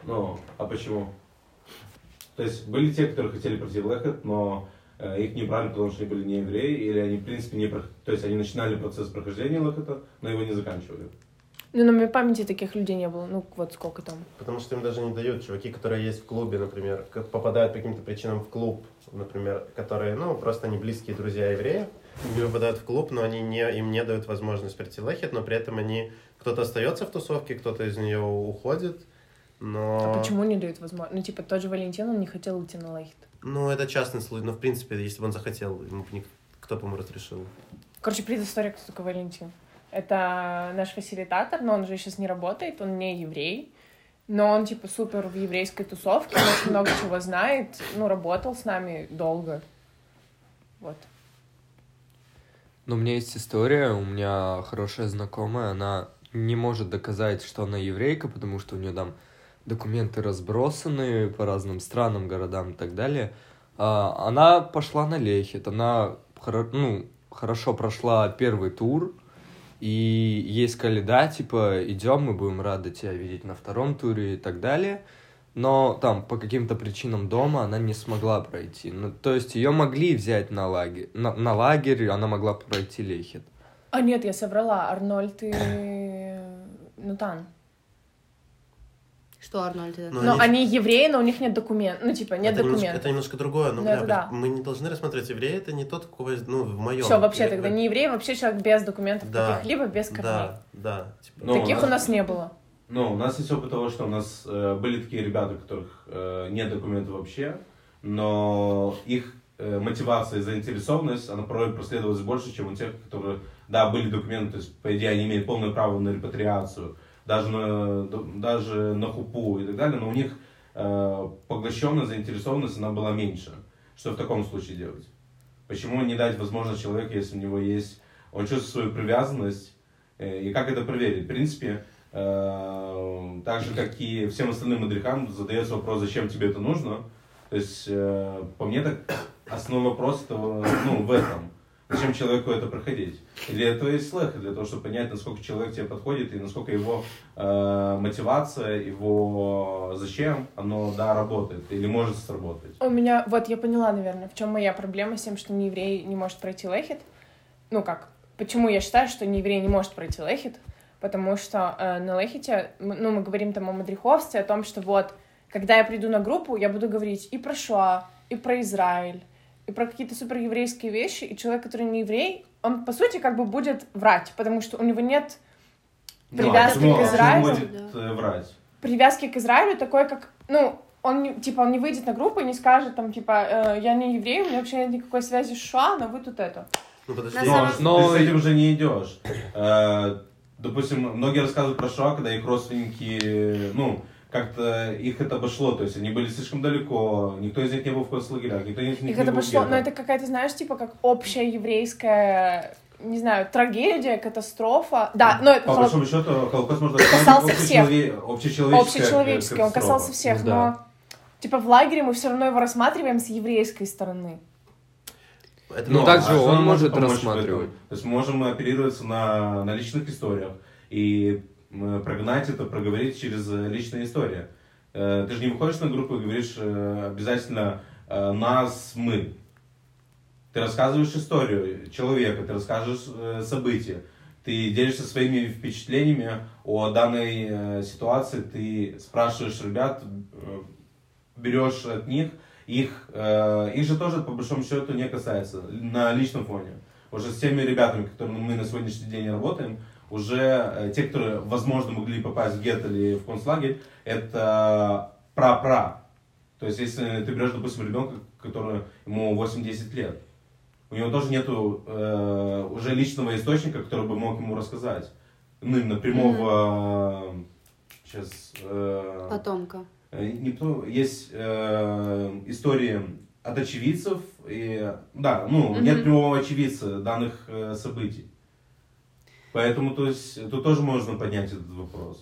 Ну, а почему? То есть были те, которые хотели пройти Лехет, но их не брали, потому что они были не евреи, или они, в принципе, не... То есть они начинали процесс прохождения Лехета, но его не заканчивали. Ну, на моей памяти таких людей не было. Ну, вот сколько там. Потому что им даже не дают. Чуваки, которые есть в клубе, например, попадают по каким-то причинам в клуб, например, которые, ну, просто они близкие друзья евреев, они попадают в клуб, но им не дают возможность пройти Лехет, но при этом кто-то остается в тусовке, кто-то из нее уходит, но... А почему не дают возможность? Ну, типа, тот же Валентин, он не хотел уйти на Лехет. Ну, это частный случай, но, в принципе, если бы он захотел, ему кто бы ему разрешил. Короче, предыстория, кто такой Валентин. Это наш фасилитатор, но он же сейчас не работает, он не еврей, но он, типа, супер в еврейской тусовке, он очень много чего знает, ну, работал с нами долго. Вот. Но у меня есть история, у меня хорошая знакомая, она не может доказать, что она еврейка, потому что у нее там документы разбросаны по разным странам, городам и так далее. Она пошла на Лехет, она хорошо прошла первый тур, и ей сказали, да, типа, идем, мы будем рады тебя видеть на втором туре и так далее. Но там по каким-то причинам дома она не смогла пройти. Ну, то есть ее могли взять на лагерь, на лагерь, она могла пройти Лехет. А нет, я соврала, Арнольд и Нутан. Что Арнольд? Но они евреи, но у них нет документов. Ну, типа, нет документов. Это немножко другое. Но, да. Мы не должны рассматривать еврея, это не тот, кого, ну, в моем... Все, вообще тогда не еврей, вообще человек без документов каких-либо, без корней. Да. Типа. Таких у нас не было. Ну, у нас есть опыт того, что у нас были такие ребята, у которых нет документов вообще, но их мотивация и заинтересованность, она порой проследовалась больше, чем у тех, которые, да, были документы, то есть, по идее, они имеют полное право на репатриацию, даже на хупу и так далее, но у них поглощенная заинтересованность, она была меньше. Что в таком случае делать? Почему не дать возможность человеку, если у него есть, он чувствует свою привязанность, и как это проверить? В принципе, так же, как и всем остальным мудрикам, задается вопрос, зачем тебе это нужно. То есть, по мне, так основной вопрос в этом. Зачем человеку это проходить? И для этого есть слеха, для того, чтобы понять, насколько человек тебе подходит, и насколько его мотивация, его зачем, оно, да, работает, или может сработать. У меня, вот я поняла, наверное, в чем моя проблема с тем, что нееврей не может пройти Лехет. Ну как, почему я считаю, что нееврей не может пройти Лехет? Потому что на Лехете, ну, мы говорим там о мадриховстве, о том, что вот, когда я приду на группу, я буду говорить и про Шоа, и про Израиль, и про какие-то супереврейские вещи, и человек, который не еврей, он, по сути, как бы будет врать, потому что у него нет привязки к Израилю. Будет врать? Привязки к Израилю такой, как, ну, он не выйдет на группу и не скажет, там, типа, я не еврей, у меня вообще нет никакой связи с Шоа, но вы тут это. Ну, подожди. Но ты с этим уже не идешь. Допустим, многие рассказывают про Шоа, когда их родственники, ну, как-то их это обошло, то есть они были слишком далеко, никто из них не был в концлагерях, никто из них их не это был обошло, где-то. но это какая-то, знаешь, типа как общая еврейская, не знаю, трагедия, катастрофа. Да, но по большому счету Холокост можно касался всех. Общечеловеческий, он касался всех, ну, да. но типа в лагере мы все равно его рассматриваем с еврейской стороны. Ну, также он может рассматривать. То есть мы можем оперироваться на личных историях и прогнать это, проговорить через личные истории. Ты же не выходишь на группу и говоришь обязательно нас, мы. Ты рассказываешь историю человека, ты расскажешь события, ты делишься своими впечатлениями о данной ситуации, ты спрашиваешь ребят, берешь от них, их же тоже по большому счету не касается на личном фоне. Уже с теми ребятами, которыми мы на сегодняшний день работаем, уже те, которые, возможно, могли попасть в гетто или в концлагерь, это пра-пра. То есть, если ты берешь, допустим, ребенка, которому 8-10 лет, у него тоже нету уже личного источника, который бы мог ему рассказать. Ну, именно прямого сейчас... Потомка. Есть истории от очевидцев, и, да, ну, нет прямого очевидца данных событий. Поэтому, то есть, тут тоже можно поднять этот вопрос.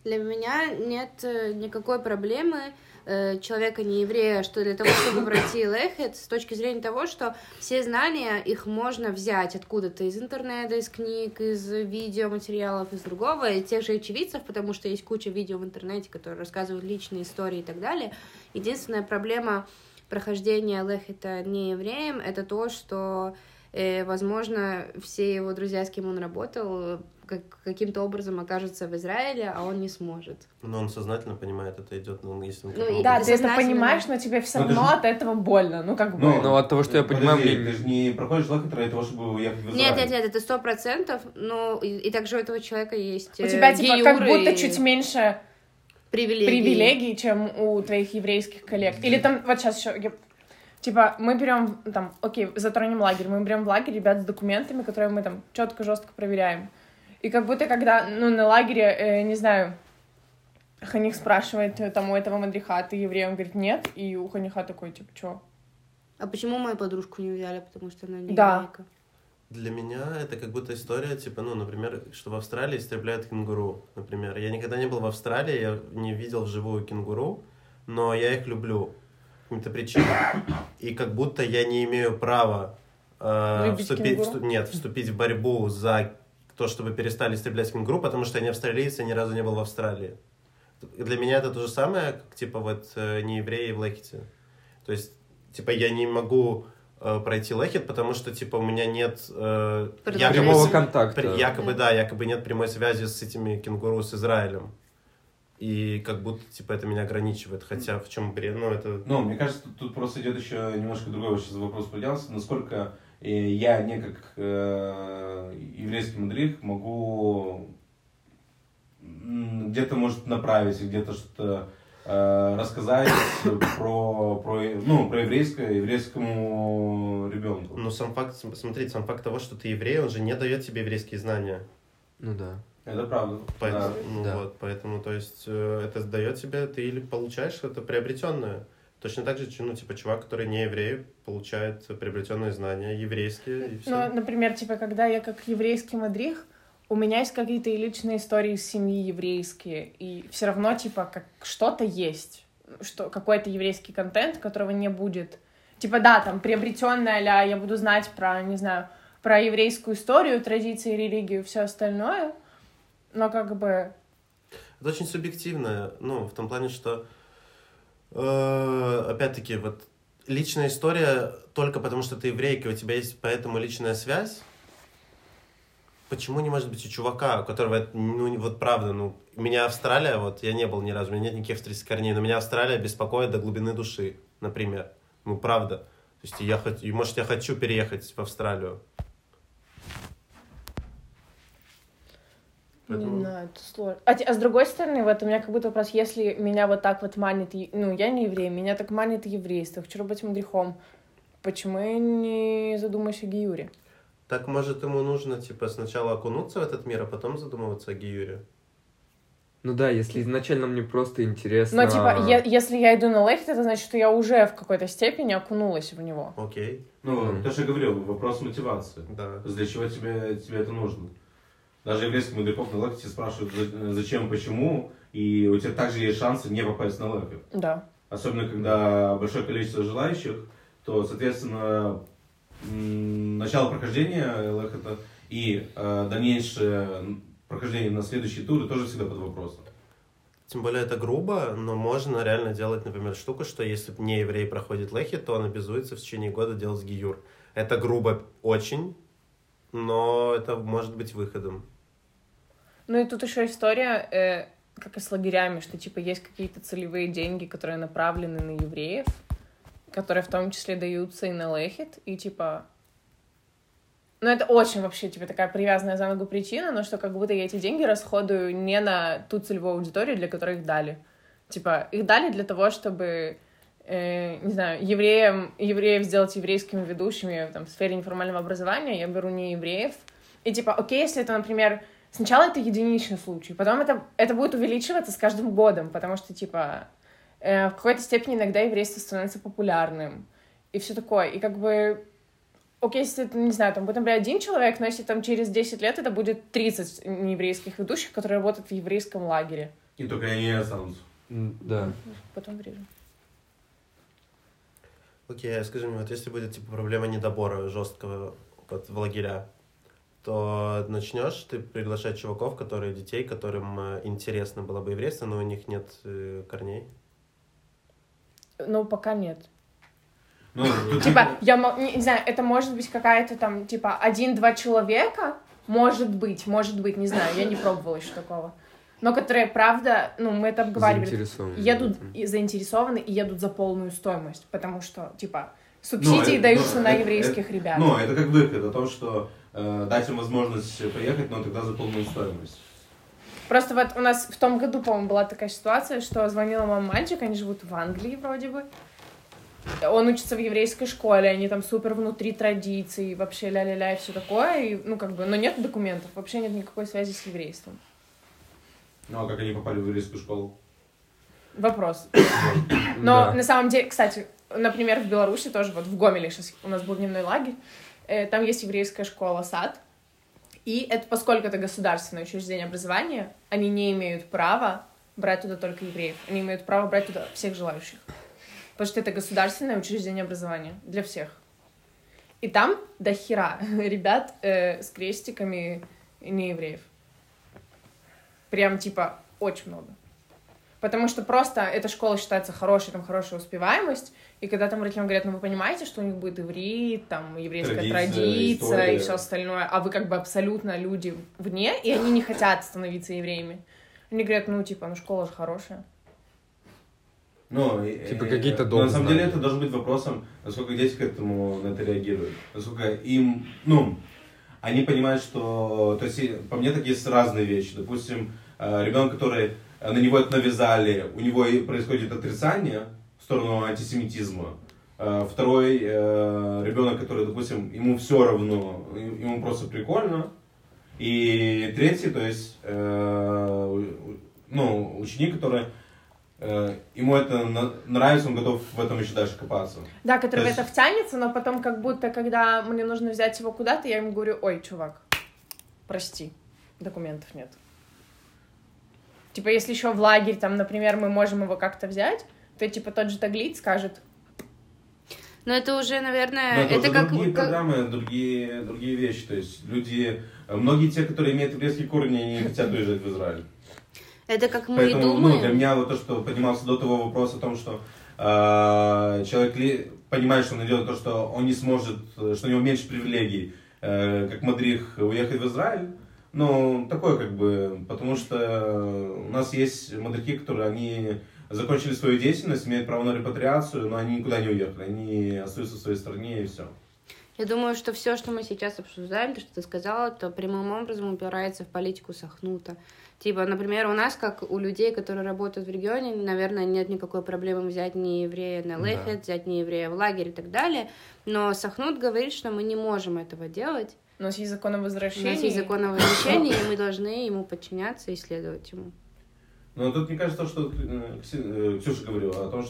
Для меня нет никакой проблемы человека не еврея, что для того, чтобы пройти лехет, с точки зрения того, что все знания, их можно взять откуда-то из интернета, из книг, из видеоматериалов, из другого, и тех же очевидцев, потому что есть куча видео в интернете, которые рассказывают личные истории и так далее. Единственная проблема прохождения лехета не евреем — это то, что, возможно, все его друзья, с кем он работал, каким-то образом окажется в Израиле, а он не сможет. Но он сознательно понимает, это идет, если он... Да, ты это понимаешь, но тебе все равно от этого больно, как бы. Ну, от того, что я понимаю... Ты же не проходишь лехет ради того, чтобы уехать в Израиль. Нет, это 100%, но и также у этого человека есть у тебя, типа, как будто и... чуть меньше привилегий, чем у твоих еврейских коллег. Или там, вот сейчас еще... Типа, мы берем, там, окей, затронем лагерь, мы берем в лагерь ребят с документами, которые мы там четко, жестко проверяем. И как будто, когда, на лагере, не знаю, ханих спрашивает там у этого мадриха, ты еврей? Он говорит, нет. И у ханиха такой, типа, чё? А почему мою подружку не взяли? Потому что она не еврейка. Для меня это как будто история, типа, например, что в Австралии истребляют кенгуру, например. Я никогда не был в Австралии, я не видел вживую кенгуру, но я их люблю по каким-то причинам. И как будто я не имею права вступить в борьбу за то, чтобы перестали истреблять кенгуру, потому что я не австралиец, я ни разу не был в Австралии. Для меня это то же самое, как, типа, вот не евреи в лехете. То есть, типа, я не могу пройти лехет, потому что, типа, у меня нет... прямого контакта. Якобы нет прямой связи с этими кенгуру, с Израилем. И как будто, типа, это меня ограничивает. Хотя в чем бред? Мне кажется, тут просто идет еще немножко другой сейчас вопрос поднялся. Насколько я не как еврейский мудрик могу где-то, может, направить, где-то что-то рассказать про еврейскому ребенку. Сам факт того, что ты еврей, он же не дает тебе еврейские знания. Ну да. Это правда. Поэтому, то есть, это дает тебе, ты или получаешь что-то приобретенное. Точно так же, чувак, который не еврей, получает приобретенные знания еврейские и все. Например, когда я как еврейский мадрих, у меня есть какие-то личные истории из семьи еврейские, и все равно, как что-то есть, какой-то еврейский контент, которого не будет. Там приобретенное, я буду знать про, не знаю, про еврейскую историю, традиции, религию, все остальное, но Это очень субъективно, в том плане, что опять-таки, вот личная история только потому, что ты еврейка, у тебя есть поэтому личная связь. Почему не может быть у чувака, у которого, правда, меня Австралия, я не был ни разу, у меня нет никаких австралийских корней, но меня Австралия беспокоит до глубины души, например. Правда. То есть я хочу переехать в Австралию. Поэтому... Не знаю, это сложно. А с другой стороны, у меня как будто вопрос, если меня вот так вот манит, я не еврей, меня так манит еврейство, хочу быть мадрихом, почему я не задумаюсь о гиюре? Так, может, ему нужно, сначала окунуться в этот мир, а потом задумываться о гиюре? Ну да, если изначально мне просто интересно... Но, если я иду на лехет, это значит, что я уже в какой-то степени окунулась в него. Окей. То, что я говорил, вопрос мотивации. Да. Для чего тебе это нужно? Даже еврейских мудряков на лехете спрашивают, зачем, почему, и у тебя также есть шансы не попасть на лехет. Да. Особенно, когда большое количество желающих, то, соответственно, начало прохождения лехета и дальнейшее прохождение на следующие туры тоже всегда под вопросом. Тем более это грубо, но можно реально делать, например, штуку, что если не еврей проходит лехет, то он обязуется в течение года делать гиюр. Это грубо очень, но это может быть выходом. И тут еще история, как и с лагерями, что есть какие-то целевые деньги, которые направлены на евреев, которые в том числе даются и на лехет, и это очень вообще, такая привязанная за ногу причина, но что как будто я эти деньги расходую не на ту целевую аудиторию, для которой их дали. Их дали для того, чтобы, не знаю, евреев сделать еврейскими ведущими в сфере неформального образования. Я беру не евреев. И окей, если это, например, сначала это единичный случай, потом это будет увеличиваться с каждым годом, потому что, в какой-то степени иногда еврейство становится популярным. И все такое. И окей, если это, не знаю, будет, например, один человек, но если через 10 лет это будет 30 нееврейских ведущих, которые работают в еврейском лагере. И только они останутся. Да. Потом врежем. Окей, скажи мне, вот если будет типа проблема недобора жесткого вот, в лагеря, то начнешь ты приглашать чуваков, детей, которым интересно было бы еврейство, но у них нет корней? Ну, пока нет. Ну, Типа, я не знаю, это может быть какая-то там, типа, 1-2 человека, может быть, не знаю, я не пробовала еще такого. Но которые, правда, ну, мы это обговаривали, заинтересованы и едут за полную стоимость, потому что, типа, субсидии даются на еврейских ребят. Ну, это как выход о том, что дать им возможность поехать, но тогда за полную стоимость. Просто вот у нас в том году, по-моему, была такая ситуация, что звонила мама мальчик, они живут в Англии вроде бы. Он учится в еврейской школе, они там супер внутри традиций, вообще ля-ля-ля и все такое, и, ну, как бы, но нет документов, вообще нет никакой связи с еврейством. Ну, а как они попали в еврейскую школу? Вопрос. Но на самом деле, кстати, например, в Беларуси тоже, вот в Гомеле сейчас у нас был дневной лагерь, там есть еврейская школа «Сад», и это, поскольку это государственное учреждение образования, они не имеют права брать туда только евреев, они имеют право брать туда всех желающих. Потому что это государственное учреждение образования для всех. И там до хера ребят с крестиками неевреев. Прям, типа, очень много. Потому что просто эта школа считается хорошей, там хорошая успеваемость, и когда там родителям говорят, ну вы понимаете, что у них будет иврит, там еврейская традиция и все остальное, а вы как бы абсолютно люди вне, и они не хотят становиться евреями. Они говорят, ну типа, ну школа же хорошая. Ну, типа какие-то дома. На самом деле это должен быть вопросом, насколько дети к этому на это реагируют. Насколько им, ну, они понимают, что, то есть, по мне, так есть разные вещи. Допустим, ребенок, который на него это навязали, у него происходит отрицание в сторону антисемитизма. Второй ребенок, который, допустим, ему все равно, ему просто прикольно. И третий, то есть, ну, ученик, который ему это нравится, он готов в этом еще дальше копаться. Да, который в это втянется, но потом как будто, когда мне нужно взять его куда-то, я ему говорю, ой, чувак, прости, документов нет. Типа, если еще в лагерь, там, например, мы можем его как-то взять, то, типа, тот же таглит скажет. Но это уже, наверное, но это как... другие программы, другие вещи. То есть люди, многие те, которые имеют еврейские корни, они не хотят уезжать в Израиль. Это как мы Поэтому, и думаем. Ну, для меня вот то, что поднимался до того вопрос о том, что человек понимает, что он делает то, что он не сможет, что у него меньше привилегий, как мадрих, уехать в Израиль. Ну, такое как бы, потому что у нас есть мадрихи, которые они закончили свою деятельность, имеют право на репатриацию, но они никуда не уехали, они остаются в своей стране и все. Я думаю, что все, что мы сейчас обсуждаем, то, что ты сказала, то прямым образом упирается в политику Сахнута. Типа, например, у нас, как у людей, которые работают в регионе, наверное, нет никакой проблемы взять нееврея на лехет, взять нееврея в лагерь и так далее. Но Сахнут говорит, что мы не можем этого делать. У нас есть закон о возвращении. У нас есть закон о возвращении, и мы должны ему подчиняться и следовать ему. Ну, тут мне кажется, что Ксюша говорила о том,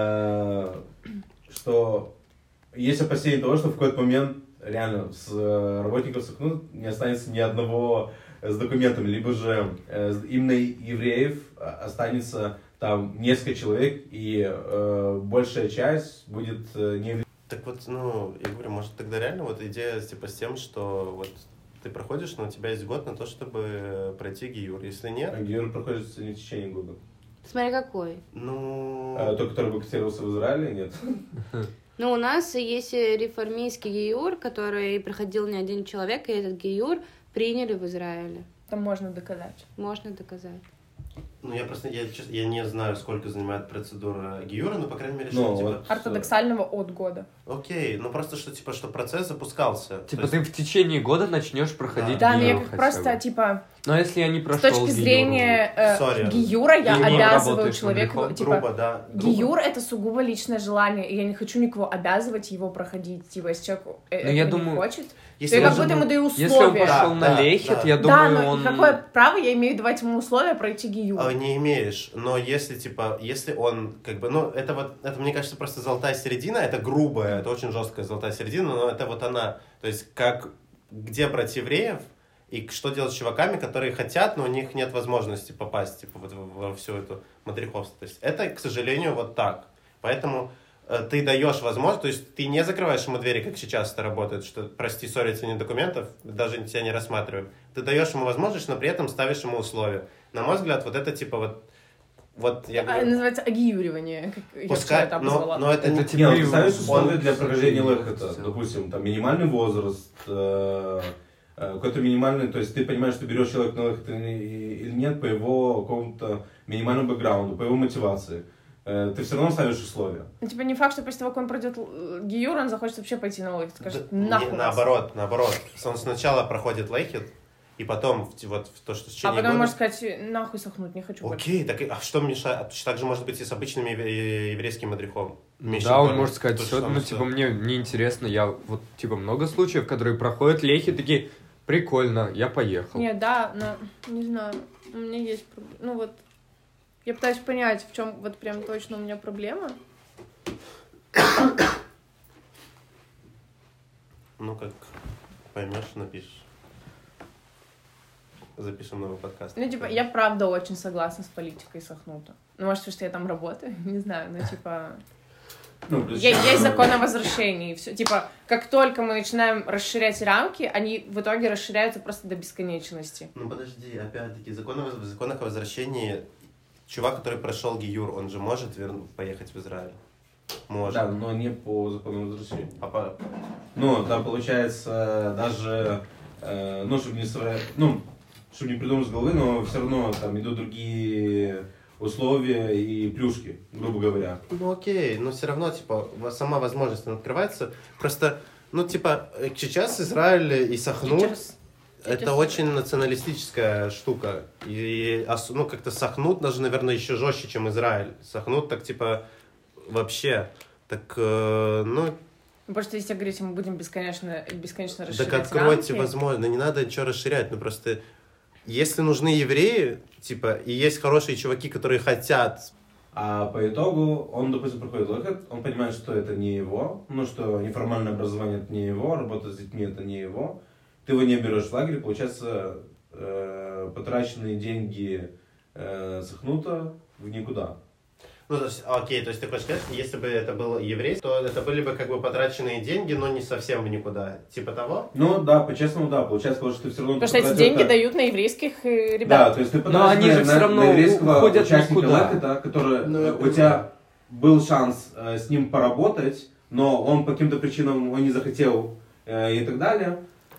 что есть опасение того, что в какой-то момент реально с работников Сахнут не останется ни одного с документами, либо же именно евреев останется там несколько человек, и большая часть будет не евреев. Так вот, ну, я говорю, может тогда реально вот идея типа с тем, что вот ты проходишь, но у тебя есть год на то, чтобы пройти гиюр. Если нет... А гиюр проходит не в течение года. Смотри, какой. Ну... Тот, который боксировался в Израиле, нет? Ну, у нас есть реформистский гиюр, который проходил не один человек, и этот гиюр приняли в Израиле. Там можно доказать. Можно доказать. Ну, я просто, я не знаю, сколько занимает процедура гиюра, но, по крайней мере, Ну, что, вот типа... Ортодоксального от года. Окей, ну просто, что, типа, что процесс запускался. Типа ты в течение года начнешь проходить Да, но я гиюр как хотя просто, бы. типа, Но если я не с прошел точки гиюр, зрения гиюра я Ты не обязываю работаешь человека, наверху? типа, Грубо, да. гиюр — это сугубо личное желание, и я не хочу никого обязывать его проходить, типа, если человек этого я не думаю, хочет, Если то я как он- будто ему даю если он условия. пошел на Да, лехет, да. я Да, думаю, но он... какое право я имею давать ему условия пройти гиюр? Не имеешь, но если, типа, если он, как бы, ну, это вот, это, мне кажется, просто золотая середина, это грубая, это очень жесткая золотая середина, но это вот она, то есть, как, где брать евреев, И что делать с чуваками, которые хотят, но у них нет возможности попасть типа, вот во всю эту мадриховство. То есть это, к сожалению, вот так. Поэтому ты даешь возможность, то есть ты не закрываешь ему двери, как сейчас это работает, что, прости, сори, цени документов, даже тебя не рассматривают. Ты даешь ему возможность, но при этом ставишь ему условия. На мой взгляд, вот это типа вот я говорю... Называется агиюривание, как Пускай, я это обозвала. но это не... Нет, ты ставишь условия для прохождения лэхета. Допустим, там минимальный возраст, какой-то минимальный, то есть ты понимаешь, что берешь человека на лэхет или нет по его какому-то минимальному бэкграунду, по его мотивации. Ты все равно ставишь условия. Ну, типа не факт, что после того, как он пройдет гиюр, он захочет вообще пойти на лэхет. Скажет, нахуй нас. Наоборот. Он сначала проходит лэхет, и потом вот в то, что в течение года... года... может сказать, нахуй сохнуть, не хочу больше. Окей, так а что мешает? Так же может быть и с обычным еврейским мадрихом. Да, он может сказать, все, ну, типа, мне неинтересно, я вот, типа, много случаев, которые проходят лехи, такие, прикольно, я поехал. Не, да, но, не знаю, у меня есть проблема. Ну, вот, я пытаюсь понять, в чем вот прям точно у меня проблема. Ну, как поймешь, напишешь. Запишем новый подкаст. Ну, типа, я правда очень согласна с политикой Сахнута. Ну, может, потому что я там работаю, не знаю, но, типа... Есть закон о возвращении, и все. Типа, как только мы начинаем расширять рамки, они в итоге расширяются просто до бесконечности. Ну, подожди, опять-таки, в законах о возвращении чувак, который прошел гиюр, он же может поехать в Израиль? Может. Да, но не по закону возвращения. Ну, там получается даже, ну, чтобы не придумать с головы, но все равно там идут другие условия и плюшки, грубо говоря. Ну окей, но все равно, типа, сама возможность открывается. Просто, ну, типа, сейчас Израиль и Сахнут, это очень националистическая штука. И, ну, как-то Сахнут даже, наверное, еще жестче, чем Израиль. Сахнут так, типа, вообще, так, ну... Потому что, если говорить, мы будем бесконечно расширять так откройте, возможно, не надо ничего расширять, ну, просто... Если нужны евреи, типа, и есть хорошие чуваки, которые хотят... А по итогу он, допустим, проходит лэхет, он понимает, что это не его, ну, что неформальное образование это не его, работа с детьми это не его. Ты его не берешь в лагерь, получается, потраченные деньги Сахнута в никуда. Ну, то есть, окей, то есть ты хочешь сказать, если бы это был еврей, то это были бы как бы потраченные деньги, но не совсем в никуда. Типа того? Ну да, по-честному, да. Получается, что ты все равно... Потому что эти деньги дают на еврейских ребят. Да, то есть ты потратишь на еврейского участника лэхета, который у тебя был шанс с ним поработать, но он по каким-то причинам он не захотел и так далее.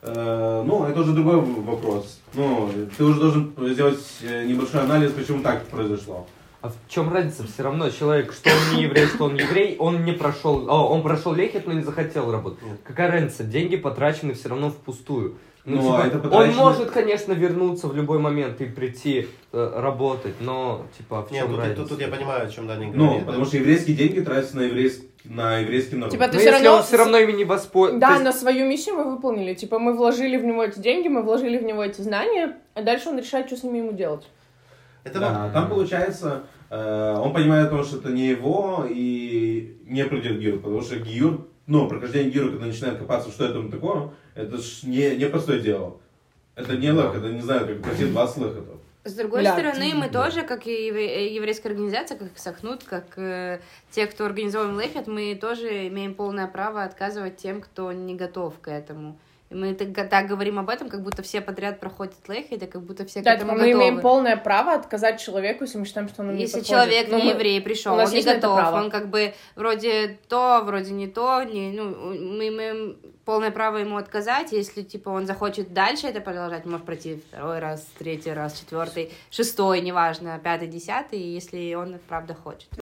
Ну, это уже другой вопрос. Ну, ты уже должен сделать небольшой анализ, почему так произошло. А в чем разница? Все равно человек, что он не еврей, что он еврей, он не прошел, он прошел лехет, но не захотел работать. Какая разница? Деньги потрачены все равно впустую. Ну, типа, это потрачено... Он может, конечно, вернуться в любой момент и прийти работать, но типа в чем разница? Тут я понимаю, о чем Даня говорит. Ну, потому что еврейские деньги тратятся на еврейский народ. Типа, но если он все равно ими не воспользуется... Да, но свою миссию мы выполнили. Типа, мы вложили в него эти деньги, мы вложили в него эти знания, а дальше он решает, что с ними ему делать. Да, там получается, он понимает, что это не его и не пройдет гиюр, потому что гиюр, ну, прохождение гиюра, когда начинает копаться, что это такое, это ж не простое дело. Это не лэхет, это, не знаю, как пройти 20 лэхетов. С другой стороны, мы тоже, как и еврейская организация, как Сахнут, как те, кто организован лэхет, мы тоже имеем полное право отказывать тем, кто не готов к этому. И мы так говорим об этом, как будто все подряд проходят лэхет, и как будто все к этому мы готовы. имеем полное право отказать человеку, если мы считаем, что он не подходит. Если человек не еврей пришел, он не готов, он как бы вроде то, вроде не то, мы имеем полное право ему отказать, если типа он захочет дальше это продолжать, может пройти 2-й раз, 3-й раз, 4-й, 6-й, неважно, 5-й, 10-й, если он правда хочет.